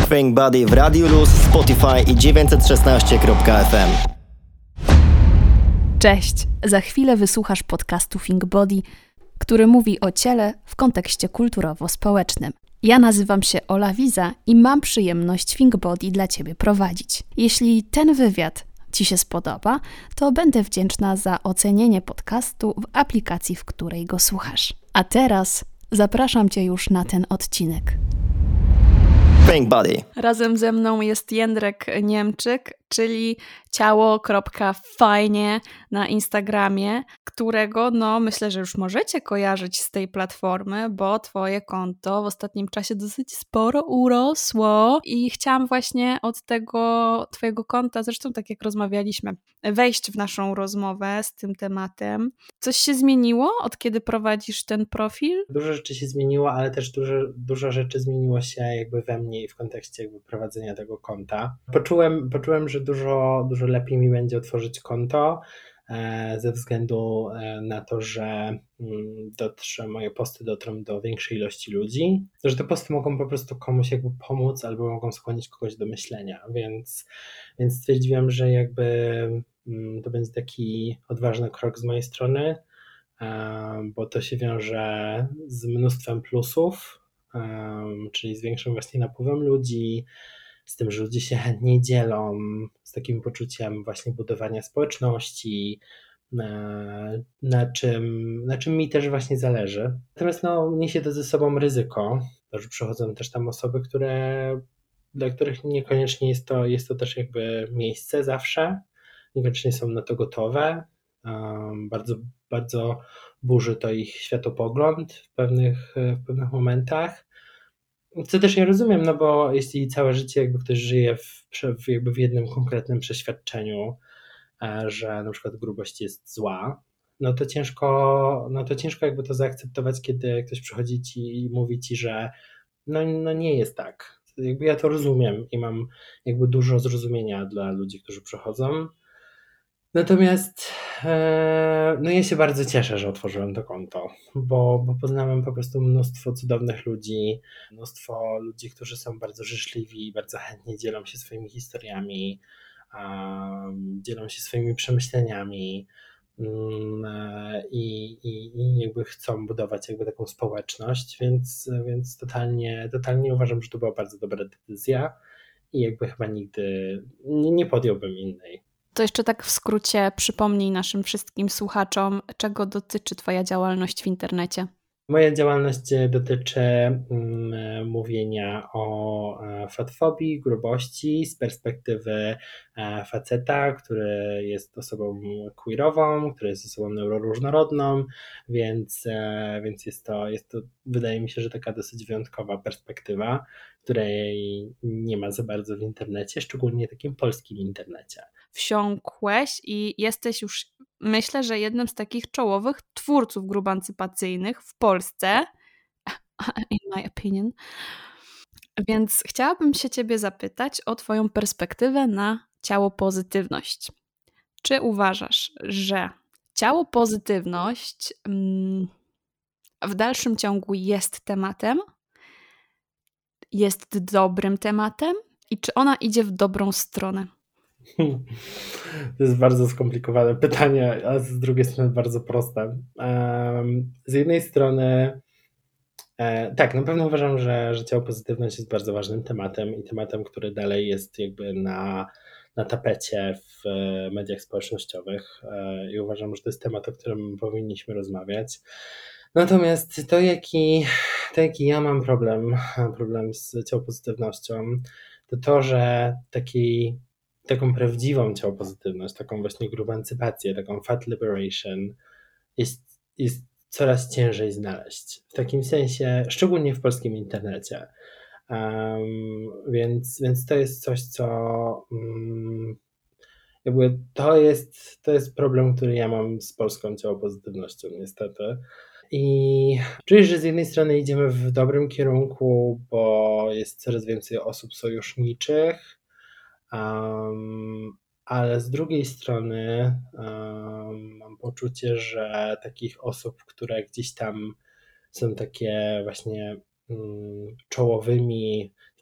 Think Body w Radiu Luz, Spotify i 916.fm. Cześć! Za chwilę wysłuchasz podcastu Think Body, który mówi o ciele w kontekście kulturowo-społecznym. Ja nazywam się Ola Wiza i mam przyjemność Think Body dla Ciebie prowadzić. Jeśli ten wywiad Ci się spodoba, to będę wdzięczna za ocenienie podcastu w aplikacji, w której go słuchasz. A teraz zapraszam Cię już na ten odcinek. Think Body. Razem ze mną jest Jędrek Niemczyk, czyli ciało.fajnie na Instagramie, którego myślę, że już możecie kojarzyć z tej platformy, bo Twoje konto w ostatnim czasie dosyć sporo urosło i chciałam właśnie od tego Twojego konta, zresztą tak jak rozmawialiśmy, wejść w naszą rozmowę z tym tematem. Coś się zmieniło, od kiedy prowadzisz ten profil? Dużo rzeczy się zmieniło, ale też dużo rzeczy zmieniło się jakby we mnie i w kontekście jakby prowadzenia tego konta. Poczułem, że dużo lepiej mi będzie otworzyć konto ze względu na to, że moje posty dotrą do większej ilości ludzi, że te posty mogą po prostu komuś jakby pomóc albo mogą skłonić kogoś do myślenia, więc stwierdziłem, że jakby to będzie taki odważny krok z mojej strony, bo to się wiąże z mnóstwem plusów, czyli z większym właśnie napływem ludzi, z tym, że ludzie się chętnie dzielą, z takim poczuciem właśnie budowania społeczności, na czym mi też właśnie zależy. Natomiast niesie to ze sobą ryzyko, że przychodzą też tam osoby, dla których niekoniecznie jest to też jakby miejsce zawsze, niekoniecznie są na to gotowe. Bardzo, bardzo burzy to ich światopogląd w pewnych momentach. Co też nie rozumiem, bo jeśli całe życie jakby ktoś żyje jakby w jednym konkretnym przeświadczeniu, że na przykład grubość jest zła, to ciężko jakby to zaakceptować, kiedy ktoś przychodzi ci i mówi ci, że nie jest tak. Jakby ja to rozumiem i mam jakby dużo zrozumienia dla ludzi, którzy przychodzą. Natomiast ja się bardzo cieszę, że otworzyłem to konto, bo poznałem po prostu mnóstwo cudownych ludzi, mnóstwo ludzi, którzy są bardzo życzliwi, bardzo chętnie dzielą się swoimi historiami, dzielą się swoimi przemyśleniami i jakby chcą budować jakby taką społeczność, więc totalnie uważam, że to była bardzo dobra decyzja i jakby chyba nigdy nie podjąłbym innej. To jeszcze tak w skrócie przypomnij naszym wszystkim słuchaczom, czego dotyczy Twoja działalność w internecie. Moja działalność dotyczy mówienia o fatfobii, grubości z perspektywy faceta, który jest osobą queerową, który jest osobą neuroróżnorodną, więc jest to wydaje mi się, że taka dosyć wyjątkowa perspektywa, której nie ma za bardzo w internecie, szczególnie takim polskim internecie. Wsiąkłeś i jesteś już, myślę, że jednym z takich czołowych twórców grubancypacyjnych w Polsce, in my opinion. Więc chciałabym się Ciebie zapytać o Twoją perspektywę na ciało pozytywność. Czy uważasz, że ciało pozytywność w dalszym ciągu jest tematem, jest dobrym tematem i czy ona idzie w dobrą stronę? To jest bardzo skomplikowane pytanie, a z drugiej strony bardzo proste. Z jednej strony tak, na pewno uważam, że ciało pozytywność jest bardzo ważnym tematem i tematem, który dalej jest jakby na tapecie w mediach społecznościowych i uważam, że to jest temat, o którym powinniśmy rozmawiać. Natomiast to jaki ja mam problem z ciało pozytywnością, to, że taką prawdziwą ciało pozytywność, taką właśnie grubancypację, taką fat liberation jest coraz ciężej znaleźć. W takim sensie, szczególnie w polskim internecie. Więc to jest coś, co jakby to jest problem, który ja mam z polską ciało pozytywnością niestety. I czuję, że z jednej strony idziemy w dobrym kierunku, bo jest coraz więcej osób sojuszniczych, ale z drugiej strony mam poczucie, że takich osób, które gdzieś tam są takie właśnie czołowymi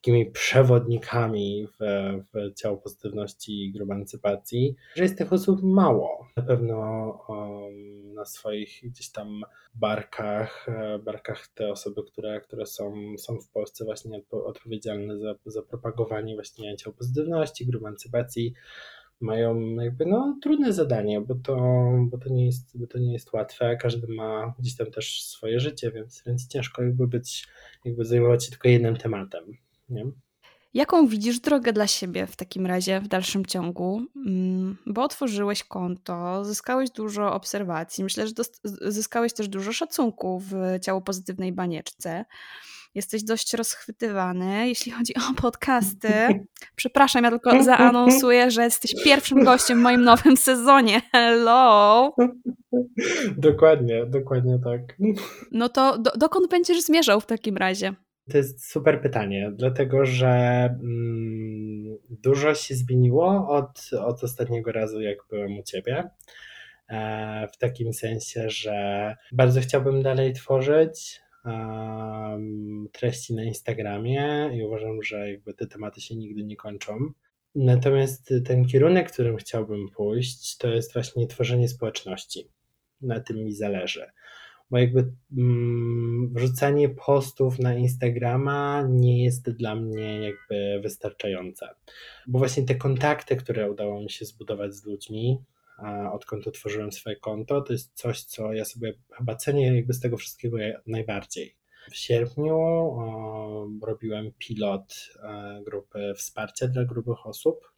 takimi przewodnikami w ciało pozytywności i grubancypacji, że jest tych osób mało. Na pewno na swoich gdzieś tam barkach te osoby, które są w Polsce właśnie odpowiedzialne za propagowanie właśnie ciał pozytywności, grubancypacji, mają jakby trudne zadanie, bo to nie jest łatwe. Każdy ma gdzieś tam też swoje życie, więc ciężko jakby zajmować się tylko jednym tematem, nie? Jaką widzisz drogę dla siebie w takim razie w dalszym ciągu? Bo otworzyłeś konto, zyskałeś dużo obserwacji. Myślę, że zyskałeś też dużo szacunku w ciało pozytywnej banieczce. Jesteś dość rozchwytywany, jeśli chodzi o podcasty. Przepraszam, ja tylko zaanonsuję, że jesteś pierwszym gościem w moim nowym sezonie. Hello! Dokładnie tak. No to dokąd będziesz zmierzał w takim razie? To jest super pytanie, dlatego że dużo się zmieniło od ostatniego razu, jak byłem u Ciebie. W takim sensie, że bardzo chciałbym dalej tworzyć treści na Instagramie i uważam, że jakby te tematy się nigdy nie kończą. Natomiast ten kierunek, którym chciałbym pójść, to jest właśnie tworzenie społeczności. Na tym mi zależy. Bo jakby wrzucanie postów na Instagrama nie jest dla mnie jakby wystarczające. Bo właśnie te kontakty, które udało mi się zbudować z ludźmi, odkąd otworzyłem swoje konto, to jest coś, co ja sobie chyba cenię jakby z tego wszystkiego najbardziej. W sierpniu robiłem pilot grupy wsparcia dla grubych osób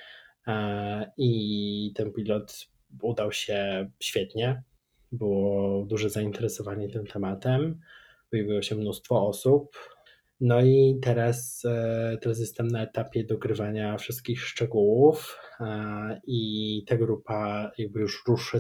i ten pilot udał się świetnie. Było duże zainteresowanie tym tematem, pojawiło się mnóstwo osób. No i teraz jestem na etapie dogrywania wszystkich szczegółów i ta grupa jakby już ruszy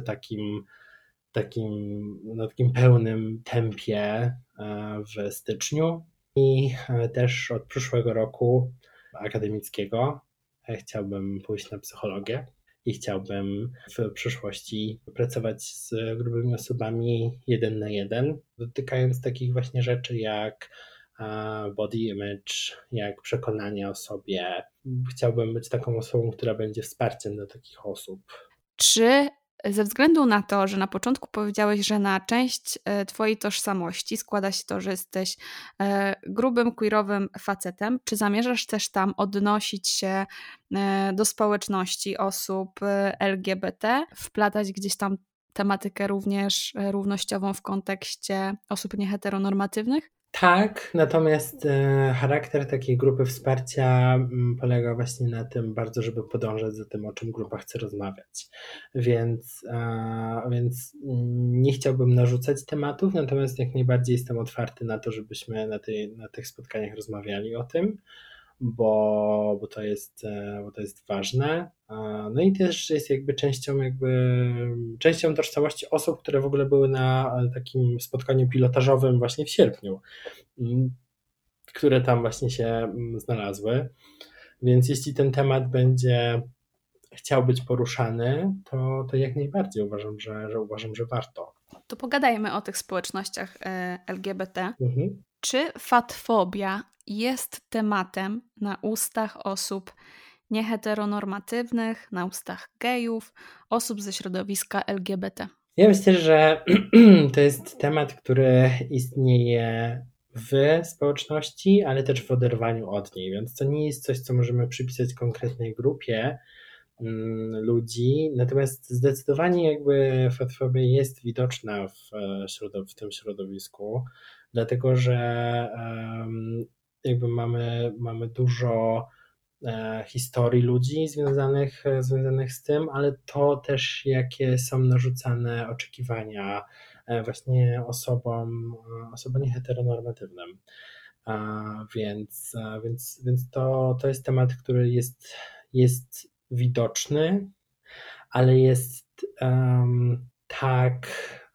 takim pełnym tempie w styczniu. I też od przyszłego roku akademickiego chciałbym pójść na psychologię i chciałbym w przyszłości pracować z grubymi osobami 1 na 1, dotykając takich właśnie rzeczy jak body image, jak przekonanie o sobie. Chciałbym być taką osobą, która będzie wsparciem dla takich osób. Czy ze względu na to, że na początku powiedziałeś, że na część twojej tożsamości składa się to, że jesteś grubym, queerowym facetem, czy zamierzasz też tam odnosić się do społeczności osób LGBT, wplatać gdzieś tam tematykę również równościową w kontekście osób nieheteronormatywnych? Tak, natomiast charakter takiej grupy wsparcia polega właśnie na tym bardzo, żeby podążać za tym, o czym grupa chce rozmawiać. Więc nie chciałbym narzucać tematów, natomiast jak najbardziej jestem otwarty na to, żebyśmy na tych spotkaniach rozmawiali o tym, bo to jest ważne. No i też jest jakby częścią tożsamości osób, które w ogóle były na takim spotkaniu pilotażowym właśnie w sierpniu, które tam właśnie się znalazły. Więc jeśli ten temat będzie chciał być poruszany, to jak najbardziej uważam, że warto. To pogadajmy o tych społecznościach LGBT. Mhm. Czy fatfobia jest tematem na ustach osób nieheteronormatywnych, na ustach gejów, osób ze środowiska LGBT? Ja myślę, że to jest temat, który istnieje w społeczności, ale też w oderwaniu od niej, więc to nie jest coś, co możemy przypisać konkretnej grupie ludzi, natomiast zdecydowanie jakby fatfobia jest widoczna w tym środowisku, dlatego że jakby mamy dużo historii ludzi związanych z tym, ale to też jakie są narzucane oczekiwania właśnie osobom nieheteronormatywnym. Więc to jest temat, który jest widoczny, ale jest tak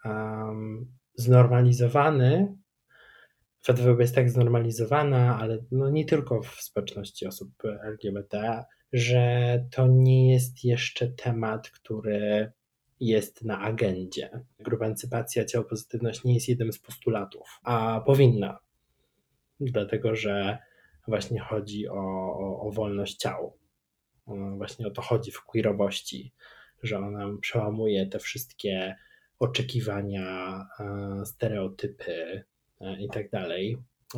znormalizowany, fatfobia jest tak znormalizowana, ale nie tylko w społeczności osób LGBT, że to nie jest jeszcze temat, który jest na agendzie. Grubancypacja, ciało pozytywność nie jest jednym z postulatów, a powinna, dlatego że właśnie chodzi o wolność ciał. Właśnie o to chodzi w queerowości, że ona przełamuje te wszystkie oczekiwania, stereotypy i tak dalej.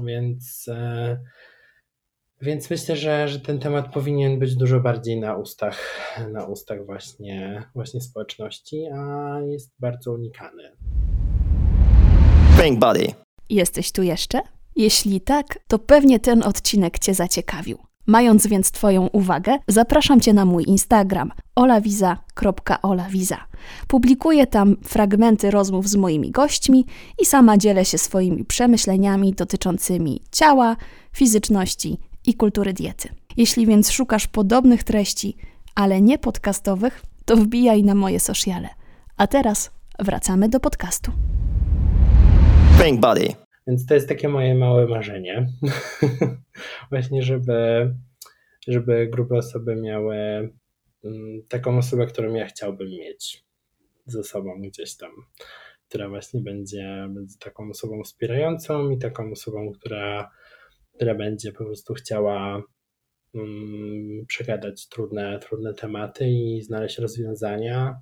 Więc myślę, że ten temat powinien być dużo bardziej na ustach właśnie społeczności, a jest bardzo unikany. Pink Body. Jesteś tu jeszcze? Jeśli tak, to pewnie ten odcinek Cię zaciekawił. Mając więc Twoją uwagę, zapraszam Cię na mój Instagram olawiza.olawiza. Publikuję tam fragmenty rozmów z moimi gośćmi i sama dzielę się swoimi przemyśleniami dotyczącymi ciała, fizyczności i kultury diety. Jeśli więc szukasz podobnych treści, ale nie podcastowych, to wbijaj na moje sociale. A teraz wracamy do podcastu. Pink Body. Więc to jest takie moje małe marzenie. Właśnie, żeby grube osoby miały taką osobę, którą ja chciałbym mieć ze sobą gdzieś tam, która właśnie będzie taką osobą wspierającą i taką osobą, która będzie po prostu chciała przegadać trudne tematy i znaleźć rozwiązania.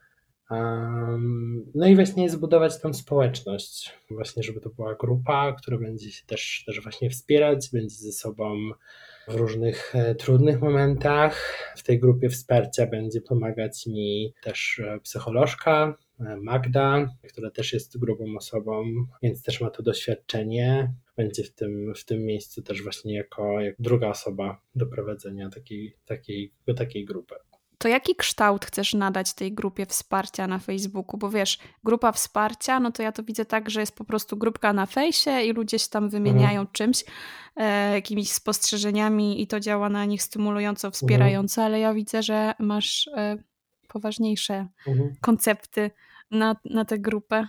No i właśnie zbudować tą społeczność, właśnie żeby to była grupa, która będzie się też właśnie wspierać, będzie ze sobą w różnych trudnych momentach. W tej grupie wsparcia będzie pomagać mi też psycholożka Magda, która też jest grubą osobą, więc też ma to doświadczenie. Będzie w tym miejscu też właśnie jako druga osoba do prowadzenia takiej grupy. To jaki kształt chcesz nadać tej grupie wsparcia na Facebooku? Bo wiesz, grupa wsparcia, no to ja to widzę tak, że jest po prostu grupka na fejsie i ludzie się tam wymieniają czymś, jakimiś spostrzeżeniami i to działa na nich stymulująco, wspierająco, ale ja widzę, że masz poważniejsze koncepty na tę grupę.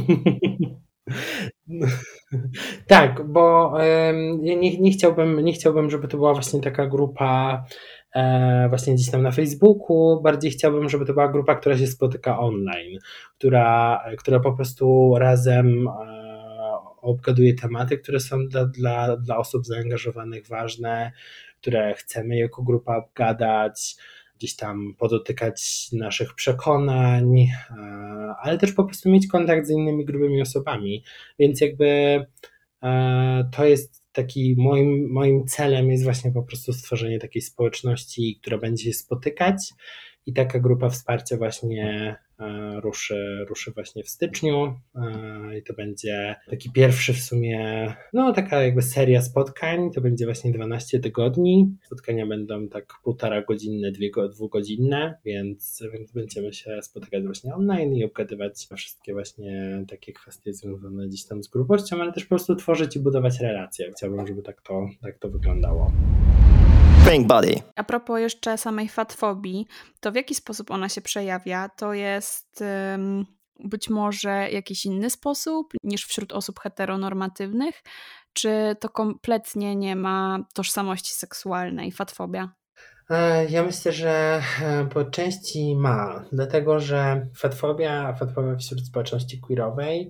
Tak, bo ja nie chciałbym, żeby to była właśnie taka grupa właśnie gdzieś tam na Facebooku. Bardziej chciałbym, żeby to była grupa, która się spotyka online, która po prostu razem obgaduje tematy, które są dla osób zaangażowanych ważne, które chcemy jako grupa obgadać, gdzieś tam podotykać naszych przekonań, ale też po prostu mieć kontakt z innymi grubymi osobami. Więc jakby to jest taki moim celem jest właśnie po prostu stworzenie takiej społeczności, która będzie się spotykać i taka grupa wsparcia właśnie ruszy właśnie w styczniu i to będzie taki pierwszy w sumie, no taka jakby seria spotkań, to będzie właśnie 12 tygodni. Spotkania będą tak 1,5 godzinne, 2-godzinne, więc będziemy się spotykać właśnie online i obgadywać wszystkie właśnie takie kwestie związane gdzieś tam z grubością, ale też po prostu tworzyć i budować relacje. Chciałbym, żeby tak to wyglądało. Pink Body. A propos jeszcze samej fatfobii, to w jaki sposób ona się przejawia? To jest być może jakiś inny sposób niż wśród osób heteronormatywnych? Czy to kompletnie nie ma tożsamości seksualnej, fatfobia? Ja myślę, że po części ma, dlatego że fatfobia wśród społeczności queerowej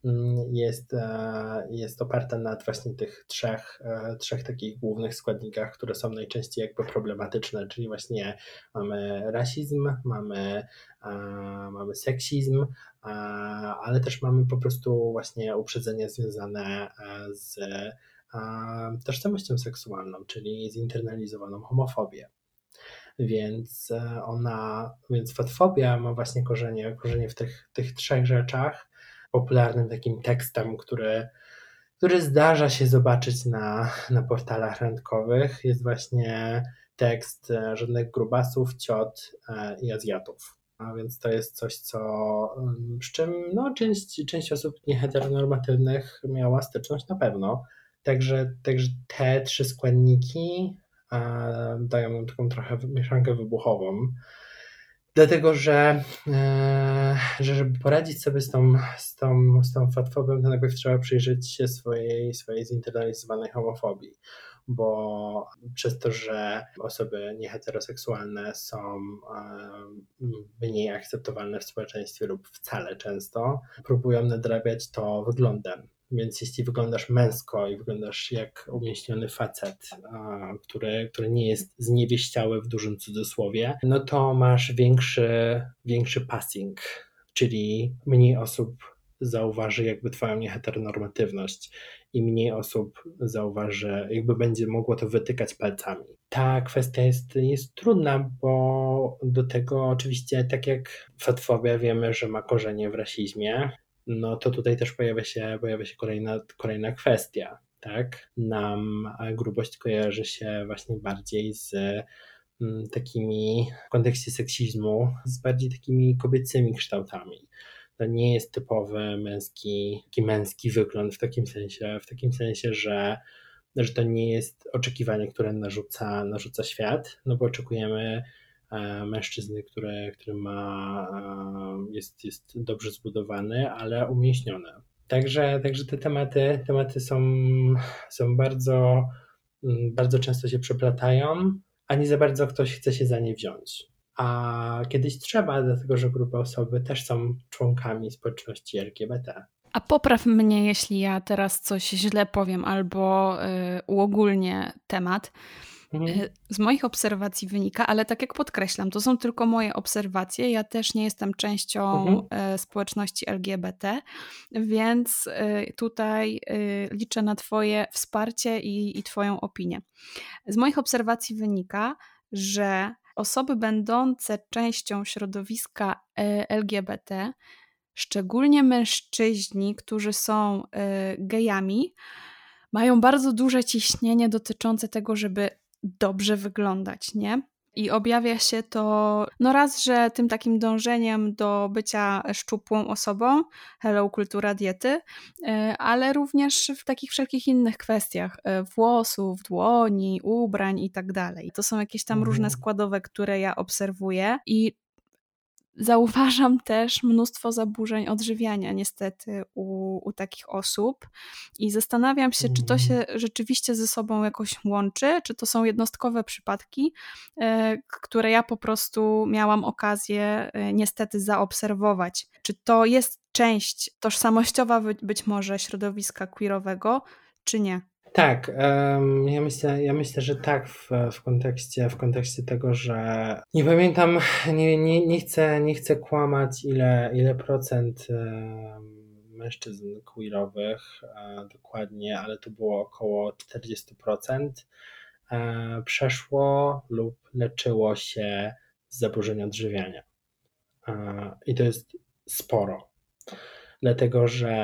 jest oparta na właśnie tych trzech takich głównych składnikach, które są najczęściej jakby problematyczne, czyli właśnie mamy rasizm, mamy seksizm, ale też mamy po prostu właśnie uprzedzenia związane z tożsamością seksualną, czyli zinternalizowaną homofobię. Więc fatfobia ma właśnie korzenie w tych trzech rzeczach. Popularnym takim tekstem, który zdarza się zobaczyć na portalach randkowych, jest właśnie tekst żadnych grubasów, ciot i Azjatów. A więc to jest coś, z czym no, część osób nieheteronormatywnych miała styczność na pewno. Także te trzy składniki dają nam taką trochę mieszankę wybuchową. Dlatego, że żeby poradzić sobie z tą fatfobią, to najpierw trzeba przyjrzeć się swojej zinternalizowanej homofobii, bo przez to, że osoby nieheteroseksualne są mniej akceptowalne w społeczeństwie lub wcale często, próbują nadrabiać to wyglądem. Więc jeśli wyglądasz męsko i wyglądasz jak umieśniony facet, który nie jest zniewieściały w dużym cudzysłowie, no to masz większy passing, czyli mniej osób zauważy jakby twoją nieheteronormatywność i mniej osób zauważy, jakby będzie mogło to wytykać palcami. Ta kwestia jest trudna, bo do tego oczywiście, tak jak fatfobia wiemy, że ma korzenie w rasizmie, no to tutaj też pojawia się kolejna kwestia, tak? Nam grubość kojarzy się właśnie bardziej z takimi, w kontekście seksizmu, z bardziej takimi kobiecymi kształtami. To nie jest typowy męski wygląd w takim sensie, że to nie jest oczekiwanie, które narzuca świat, no bo oczekujemy mężczyzny, który jest dobrze zbudowany, ale umięśniony. Także te tematy są bardzo często się przeplatają, a nie za bardzo ktoś chce się za nie wziąć. A kiedyś trzeba, dlatego że grupy osoby też są członkami społeczności LGBT. A popraw mnie, jeśli ja teraz coś źle powiem albo uogólnię temat. Z moich obserwacji wynika, ale tak jak podkreślam, to są tylko moje obserwacje. Ja też nie jestem częścią społeczności LGBT, więc tutaj liczę na Twoje wsparcie i Twoją opinię. Z moich obserwacji wynika, że osoby będące częścią środowiska LGBT, szczególnie mężczyźni, którzy są gejami, mają bardzo duże ciśnienie dotyczące tego, żeby dobrze wyglądać, nie? I objawia się to, no raz, że tym takim dążeniem do bycia szczupłą osobą, hello, kultura diety, ale również w takich wszelkich innych kwestiach, włosów, dłoni, ubrań i tak dalej. To są jakieś tam różne składowe, które ja obserwuję i zauważam też mnóstwo zaburzeń odżywiania niestety u takich osób i zastanawiam się, czy to się rzeczywiście ze sobą jakoś łączy, czy to są jednostkowe przypadki, które ja po prostu miałam okazję niestety zaobserwować. Czy to jest część tożsamościowa być może środowiska queerowego, czy nie? Tak, ja myślę, że tak w kontekście tego, że nie pamiętam, nie chcę kłamać ile procent mężczyzn queerowych dokładnie, ale to było około 40%, przeszło lub leczyło się z zaburzeń odżywiania. I to jest sporo. Dlatego, że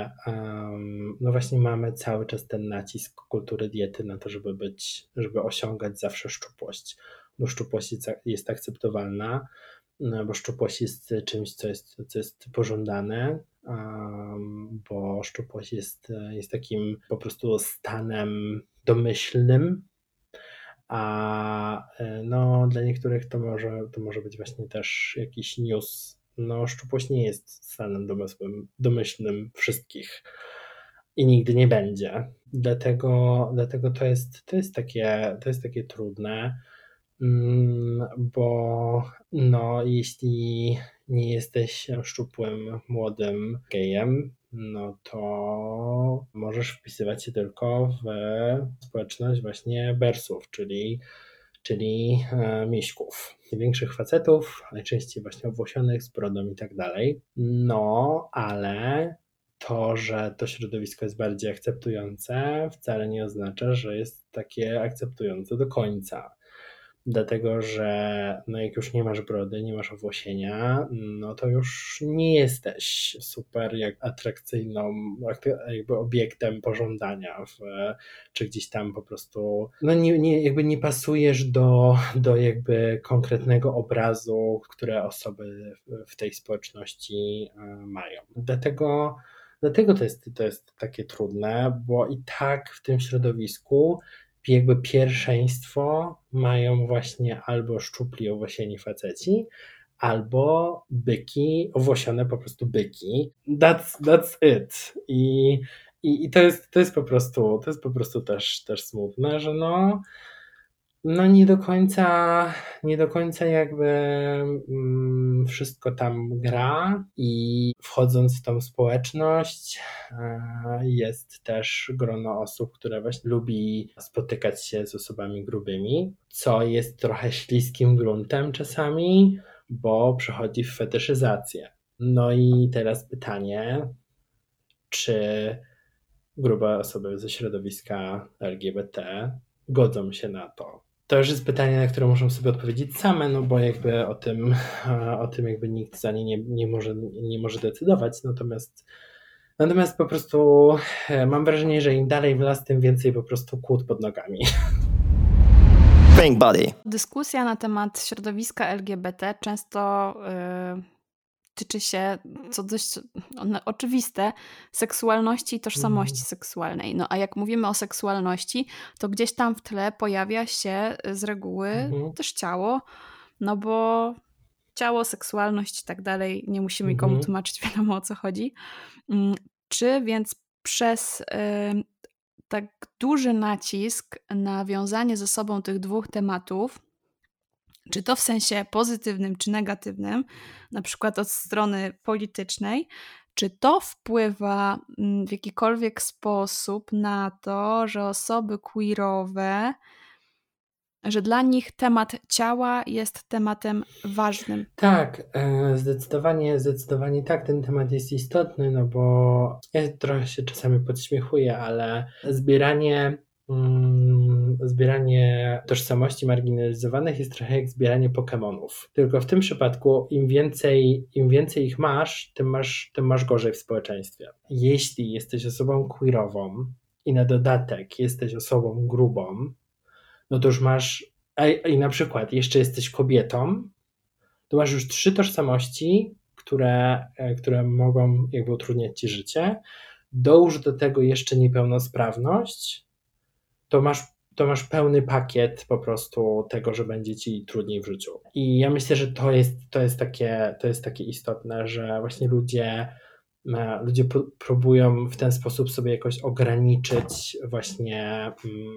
no właśnie mamy cały czas ten nacisk kultury diety na to, żeby osiągać zawsze szczupłość. Bo szczupłość jest akceptowalna, bo szczupłość jest czymś, co jest pożądane, bo szczupłość jest takim po prostu stanem domyślnym, a no dla niektórych to może być właśnie też jakiś news. No, szczupłość nie jest stanem domyślnym wszystkich i nigdy nie będzie. Dlatego to jest takie trudne, bo no, jeśli nie jesteś szczupłym, młodym gejem, no to możesz wpisywać się tylko w społeczność właśnie bersów, czyli miśków. Większych facetów, najczęściej właśnie owłosionych, z brodą i tak dalej. No, ale to, że to środowisko jest bardziej akceptujące, wcale nie oznacza, że jest takie akceptujące do końca. Dlatego, że no jak już nie masz brody, nie masz owłosienia, no to już nie jesteś super jak atrakcyjną jakby obiektem pożądania, czy gdzieś tam po prostu no nie pasujesz do jakby konkretnego obrazu, które osoby w tej społeczności mają. Dlatego to jest takie trudne, bo i tak w tym środowisku jakby pierwszeństwo mają właśnie albo szczupli, owłosieni faceci, albo byki, owłosione po prostu byki. That's it. I to jest po prostu też smutne, że no No nie do końca jakby wszystko tam gra i wchodząc w tą społeczność jest też grono osób, które właśnie lubi spotykać się z osobami grubymi, co jest trochę śliskim gruntem czasami, bo przechodzi w fetyszyzację. No i teraz pytanie, czy grube osoby ze środowiska LGBT godzą się na to? To już jest pytanie, na które muszą sobie odpowiedzieć same, no bo jakby o tym jakby nikt za nie nie może decydować, natomiast po prostu mam wrażenie, że im dalej w las, tym więcej po prostu kłód pod nogami. Pink Body. Dyskusja na temat środowiska LGBT często tyczy się, co dość oczywiste, seksualności i tożsamości seksualnej. No a jak mówimy o seksualności, to gdzieś tam w tle pojawia się z reguły też ciało, no bo ciało, seksualność i tak dalej, nie musimy nikomu tłumaczyć, wiadomo o co chodzi. Czy więc przez tak duży nacisk na wiązanie ze sobą tych dwóch tematów, czy to w sensie pozytywnym, czy negatywnym, na przykład od strony politycznej, czy to wpływa w jakikolwiek sposób na to, że osoby queerowe, że dla nich temat ciała jest tematem ważnym? Tak, zdecydowanie tak, ten temat jest istotny, no bo ja trochę się czasami podśmiechuję, ale zbieranie tożsamości marginalizowanych jest trochę jak zbieranie Pokemonów. Tylko w tym przypadku im więcej ich masz, tym masz gorzej w społeczeństwie. Jeśli jesteś osobą queerową i na dodatek jesteś osobą grubą, no to już masz, i na przykład jeszcze jesteś kobietą, to masz już 3 tożsamości, które mogą jakby utrudniać ci życie. Dołóż do tego jeszcze niepełnosprawność, to masz pełny pakiet po prostu tego, że będzie ci trudniej w życiu. I ja myślę, że to jest takie istotne, że właśnie ludzie próbują w ten sposób sobie jakoś ograniczyć właśnie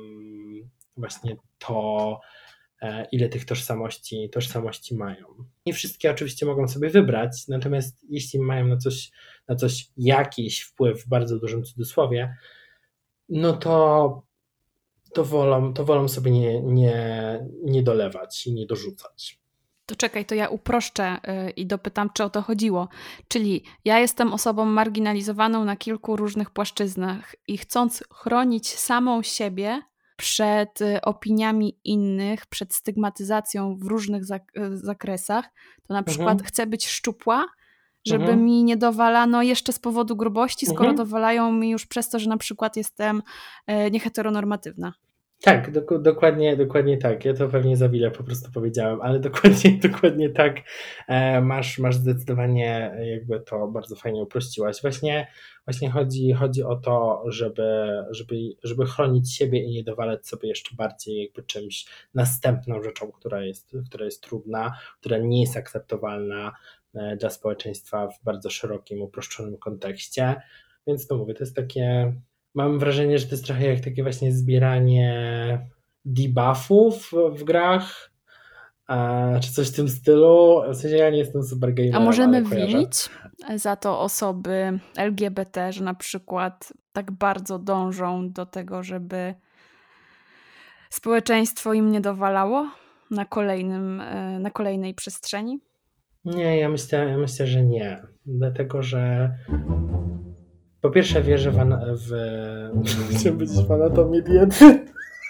to, ile tych tożsamości mają. Nie wszystkie oczywiście mogą sobie wybrać, natomiast jeśli mają na coś jakiś wpływ w bardzo dużym cudzysłowie, no to wolą sobie nie dolewać i nie dorzucać. To czekaj, to ja uproszczę i dopytam, czy o to chodziło. Czyli ja jestem osobą marginalizowaną na kilku różnych płaszczyznach i chcąc chronić samą siebie przed opiniami innych, przed stygmatyzacją w różnych zakresach, to na przykład chcę być szczupła, żeby mi nie dowalano jeszcze z powodu grubości, skoro dowalają mi już przez to, że na przykład jestem nieheteronormatywna. Tak, dokładnie tak. Ja to pewnie za wiele po prostu powiedziałem, ale dokładnie tak. Masz zdecydowanie jakby to bardzo fajnie uprościłaś. Właśnie chodzi o to, żeby chronić siebie i nie dowalać sobie jeszcze bardziej jakby czymś następną rzeczą, która jest trudna, która nie jest akceptowalna dla społeczeństwa w bardzo szerokim, uproszczonym kontekście. Więc to mówię, to jest takie... Mam wrażenie, że to jest trochę jak takie właśnie zbieranie debuffów w grach, czy coś w tym stylu. W sensie ja nie jestem super gamerem. A możemy winić za to osoby LGBT, że na przykład tak bardzo dążą do tego, żeby społeczeństwo im nie dowalało na kolejnej przestrzeni? Nie, ja myślę, że nie. Dlatego, że po pierwsze wierzę chciałem być w anatomię diety.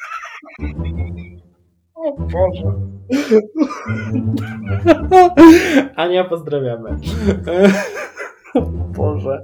O Boże. Ania, pozdrawiamy. O Boże.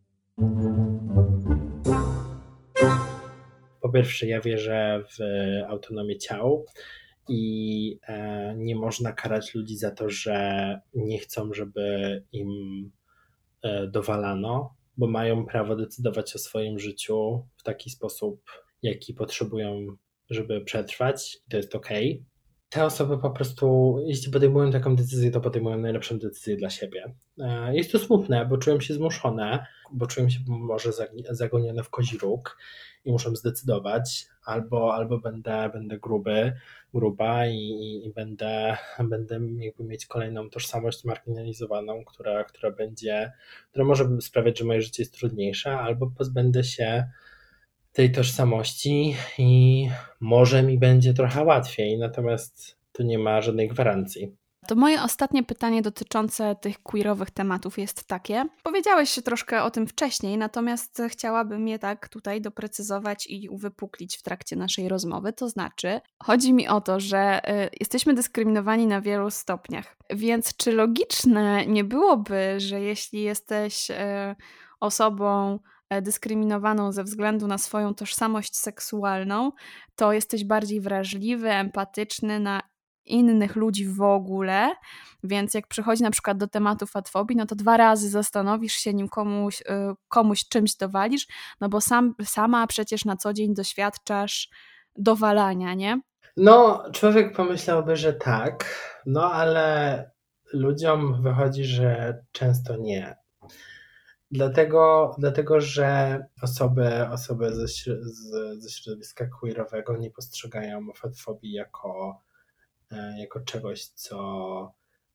Po pierwsze, ja wierzę w autonomię ciał i nie można karać ludzi za to, że nie chcą, żeby im dowalano, bo mają prawo decydować o swoim życiu w taki sposób, jaki potrzebują, żeby przetrwać. To jest okej. te osoby po prostu, jeśli podejmują taką decyzję, to podejmują najlepszą decyzję dla siebie. Jest to smutne, bo czułem się zmuszone, bo czułem się może zagoniony w kozi róg i muszę zdecydować, albo będę gruba i będę jakby mieć kolejną tożsamość marginalizowaną, która może sprawiać, że moje życie jest trudniejsze, albo pozbędę się tej tożsamości i może mi będzie trochę łatwiej, natomiast tu nie ma żadnej gwarancji. To moje ostatnie pytanie dotyczące tych queerowych tematów jest takie. Powiedziałeś się troszkę o tym wcześniej, natomiast chciałabym je tak tutaj doprecyzować i uwypuklić w trakcie naszej rozmowy. To znaczy, chodzi mi o to, że jesteśmy dyskryminowani na wielu stopniach. Więc czy logiczne nie byłoby, że jeśli jesteś osobą dyskryminowaną ze względu na swoją tożsamość seksualną, to jesteś bardziej wrażliwy, empatyczny na innych ludzi w ogóle, więc jak przychodzi na przykład do tematu fatfobii, no to 2 razy zastanowisz się, nim komuś czymś dowalisz, no bo sama przecież na co dzień doświadczasz dowalania, nie? No, człowiek pomyślałby, że tak, no ale ludziom wychodzi, że często nie. Dlatego że osoby ze środowiska queerowego nie postrzegają fatfobii jako czegoś, co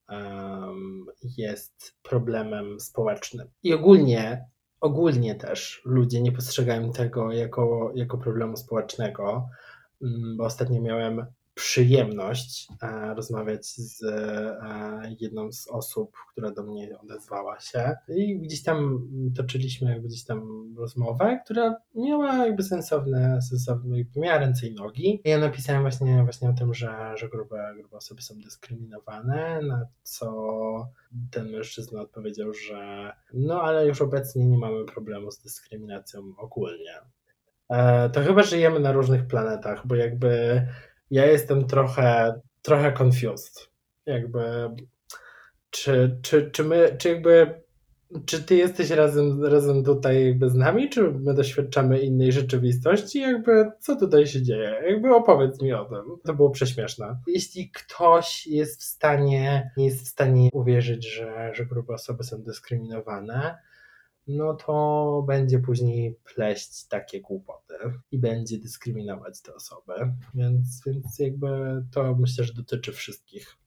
jest problemem społecznym. I ogólnie też ludzie nie postrzegają tego jako problemu społecznego, bo ostatnio miałem przyjemność rozmawiać z jedną z osób, która do mnie odezwała się i gdzieś tam toczyliśmy rozmowę, która miała sensowne, miała ręce i nogi. I ja napisałem właśnie o tym, że grube osoby są dyskryminowane, na co ten mężczyzna odpowiedział, że no ale już obecnie nie mamy problemu z dyskryminacją ogólnie. To chyba żyjemy na różnych planetach, bo ja jestem trochę confused. Czy ty jesteś razem tutaj z nami, czy my doświadczamy innej rzeczywistości? Co tutaj się dzieje? Opowiedz mi o tym. To było prześmieszne. Jeśli ktoś nie jest w stanie uwierzyć, że grube osoby są dyskryminowane, no to będzie później pleść takie głupoty i będzie dyskryminować te osoby. Więc to myślę, że dotyczy wszystkich.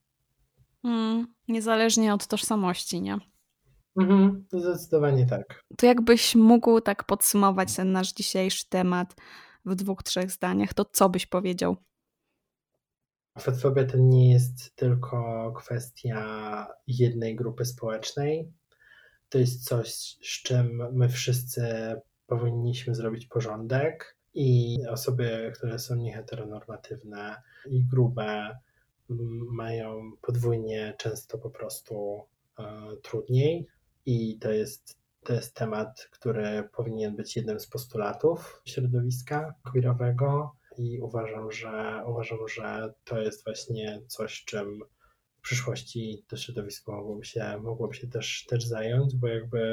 Niezależnie od tożsamości, nie? Zdecydowanie tak. To jakbyś mógł tak podsumować ten nasz dzisiejszy temat w 2-3 zdaniach, to co byś powiedział? Fatfobia to nie jest tylko kwestia jednej grupy społecznej. To jest coś, z czym my wszyscy powinniśmy zrobić porządek i osoby, które są nieheteronormatywne i grube, mają podwójnie często po prostu trudniej i to jest temat, który powinien być jednym z postulatów środowiska queerowego i uważam, że to jest właśnie coś, czym w przyszłości to środowisko mogłoby się też zająć, bo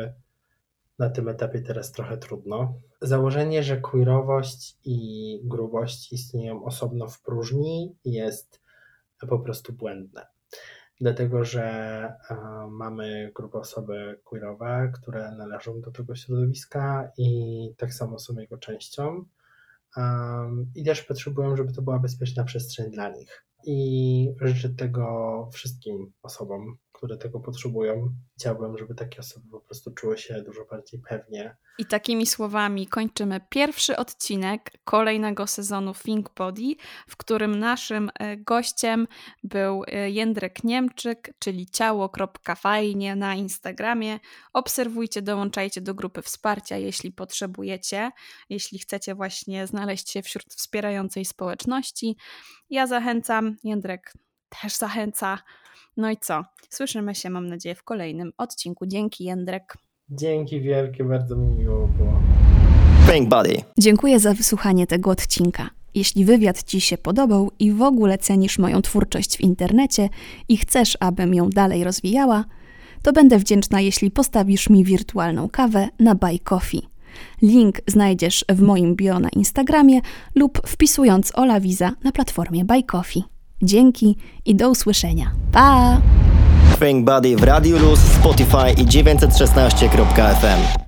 na tym etapie teraz trochę trudno. Założenie, że queerowość i grubość istnieją osobno w próżni jest po prostu błędne. Dlatego, że mamy grube osoby queerowe, które należą do tego środowiska i tak samo są jego częścią. I też potrzebują, żeby to była bezpieczna przestrzeń dla nich. I życzę tego wszystkim osobom, które tego potrzebują. Chciałbym, żeby takie osoby po prostu czuły się dużo bardziej pewnie. I takimi słowami kończymy pierwszy odcinek kolejnego sezonu Think Body, w którym naszym gościem był Jędrek Niemczyk, czyli ciało.fajnie na Instagramie. Obserwujcie, dołączajcie do grupy wsparcia, jeśli potrzebujecie, jeśli chcecie właśnie znaleźć się wśród wspierającej społeczności. Ja zachęcam, Jędrek też zachęca. No i co? Słyszymy się, mam nadzieję, w kolejnym odcinku. Dzięki, Jędrek. Dzięki wielkie, bardzo mi miło było. Think Body. Dziękuję za wysłuchanie tego odcinka. Jeśli wywiad Ci się podobał i w ogóle cenisz moją twórczość w internecie i chcesz, abym ją dalej rozwijała, to będę wdzięczna, jeśli postawisz mi wirtualną kawę na Buy Coffee. Link znajdziesz w moim bio na Instagramie lub wpisując Ola Wiza na platformie Buy Coffee. Dzięki i do usłyszenia. Pa! Think Buddy w Radiu Luz, Spotify i 916.fm.